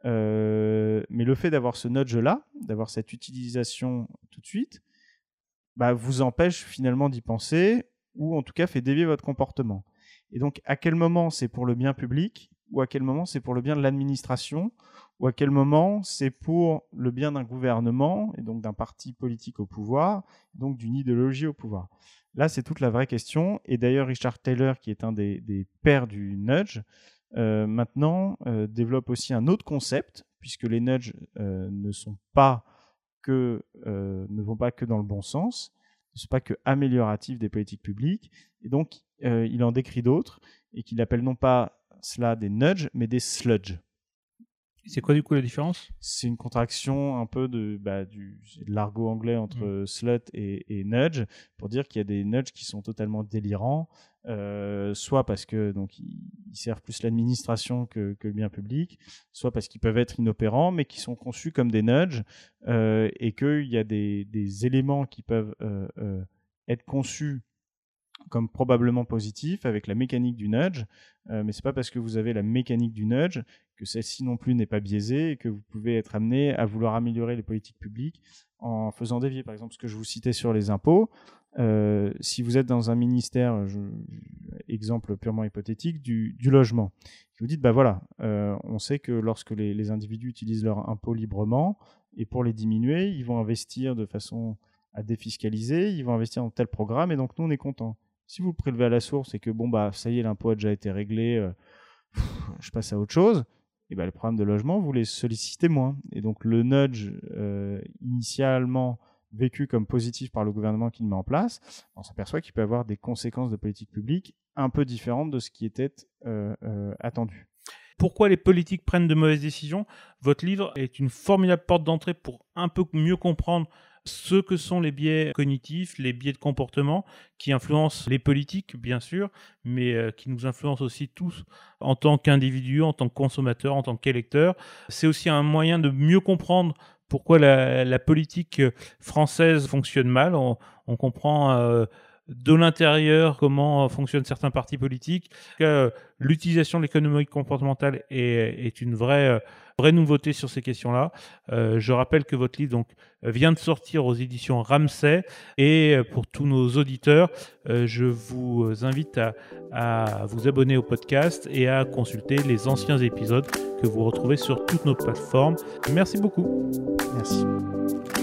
Euh, mais le fait d'avoir ce nudge-là, d'avoir cette utilisation tout de suite, bah, vous empêche finalement d'y penser, ou en tout cas fait dévier votre comportement. Et donc, à quel moment c'est pour le bien public, ou à quel moment c'est pour le bien de l'administration, ou à quel moment c'est pour le bien d'un gouvernement, et donc d'un parti politique au pouvoir, donc d'une idéologie au pouvoir. Là, c'est toute la vraie question. Et d'ailleurs, Richard Taylor, qui est un des, des pères du nudge, euh, maintenant euh, développe aussi un autre concept, puisque les nudges euh, ne sont pas que, euh, ne vont pas que dans le bon sens, ne sont pas que amélioratifs des politiques publiques. Et donc, euh, il en décrit d'autres, et qu'il appelle non pas cela des nudges, mais des sludges. C'est quoi du coup la différence? C'est une contraction un peu de, bah, du, de l'argot anglais entre mmh. slut et, et nudge, pour dire qu'il y a des nudges qui sont totalement délirants, euh, soit parce que donc ils, ils servent plus l'administration que, que le bien public, soit parce qu'ils peuvent être inopérants, mais qui sont conçus comme des nudges, euh, et qu'il y a des, des éléments qui peuvent euh, euh, être conçus comme probablement positif avec la mécanique du nudge, euh, mais c'est pas parce que vous avez la mécanique du nudge que celle-ci non plus n'est pas biaisée et que vous pouvez être amené à vouloir améliorer les politiques publiques en faisant dévier. Par exemple, ce que je vous citais sur les impôts, euh, si vous êtes dans un ministère, je, exemple purement hypothétique, du, du logement, vous dites, bah voilà, euh, on sait que lorsque les, les individus utilisent leurs impôts librement, et pour les diminuer, ils vont investir de façon à défiscaliser, ils vont investir dans tel programme, et donc nous, on est contents. Si vous le prélevez à la source et que bon bah ça y est, l'impôt a déjà été réglé, euh, pff, je passe à autre chose, et ben le programme de logement, vous les sollicitez moins. Et donc le nudge euh, initialement vécu comme positif par le gouvernement qui le met en place, on s'aperçoit qu'il peut avoir des conséquences de politique publique un peu différentes de ce qui était euh, euh, attendu. Pourquoi les politiques prennent de mauvaises décisions ? Votre livre est une formidable porte d'entrée pour un peu mieux comprendre ce que sont les biais cognitifs, les biais de comportement qui influencent les politiques, bien sûr, mais euh, qui nous influencent aussi tous en tant qu'individus, en tant que consommateurs, en tant qu'électeurs. C'est aussi un moyen de mieux comprendre pourquoi la, la politique française fonctionne mal. On, on comprend euh, de l'intérieur comment fonctionnent certains partis politiques. Euh, l'utilisation de l'économie comportementale est, est une vraie... Euh, vraie nouveauté sur ces questions-là. Euh, je rappelle que votre livre donc, vient de sortir aux éditions Ramsay et pour tous nos auditeurs, euh, je vous invite à, à vous abonner au podcast et à consulter les anciens épisodes que vous retrouvez sur toutes nos plateformes. Merci beaucoup. Merci.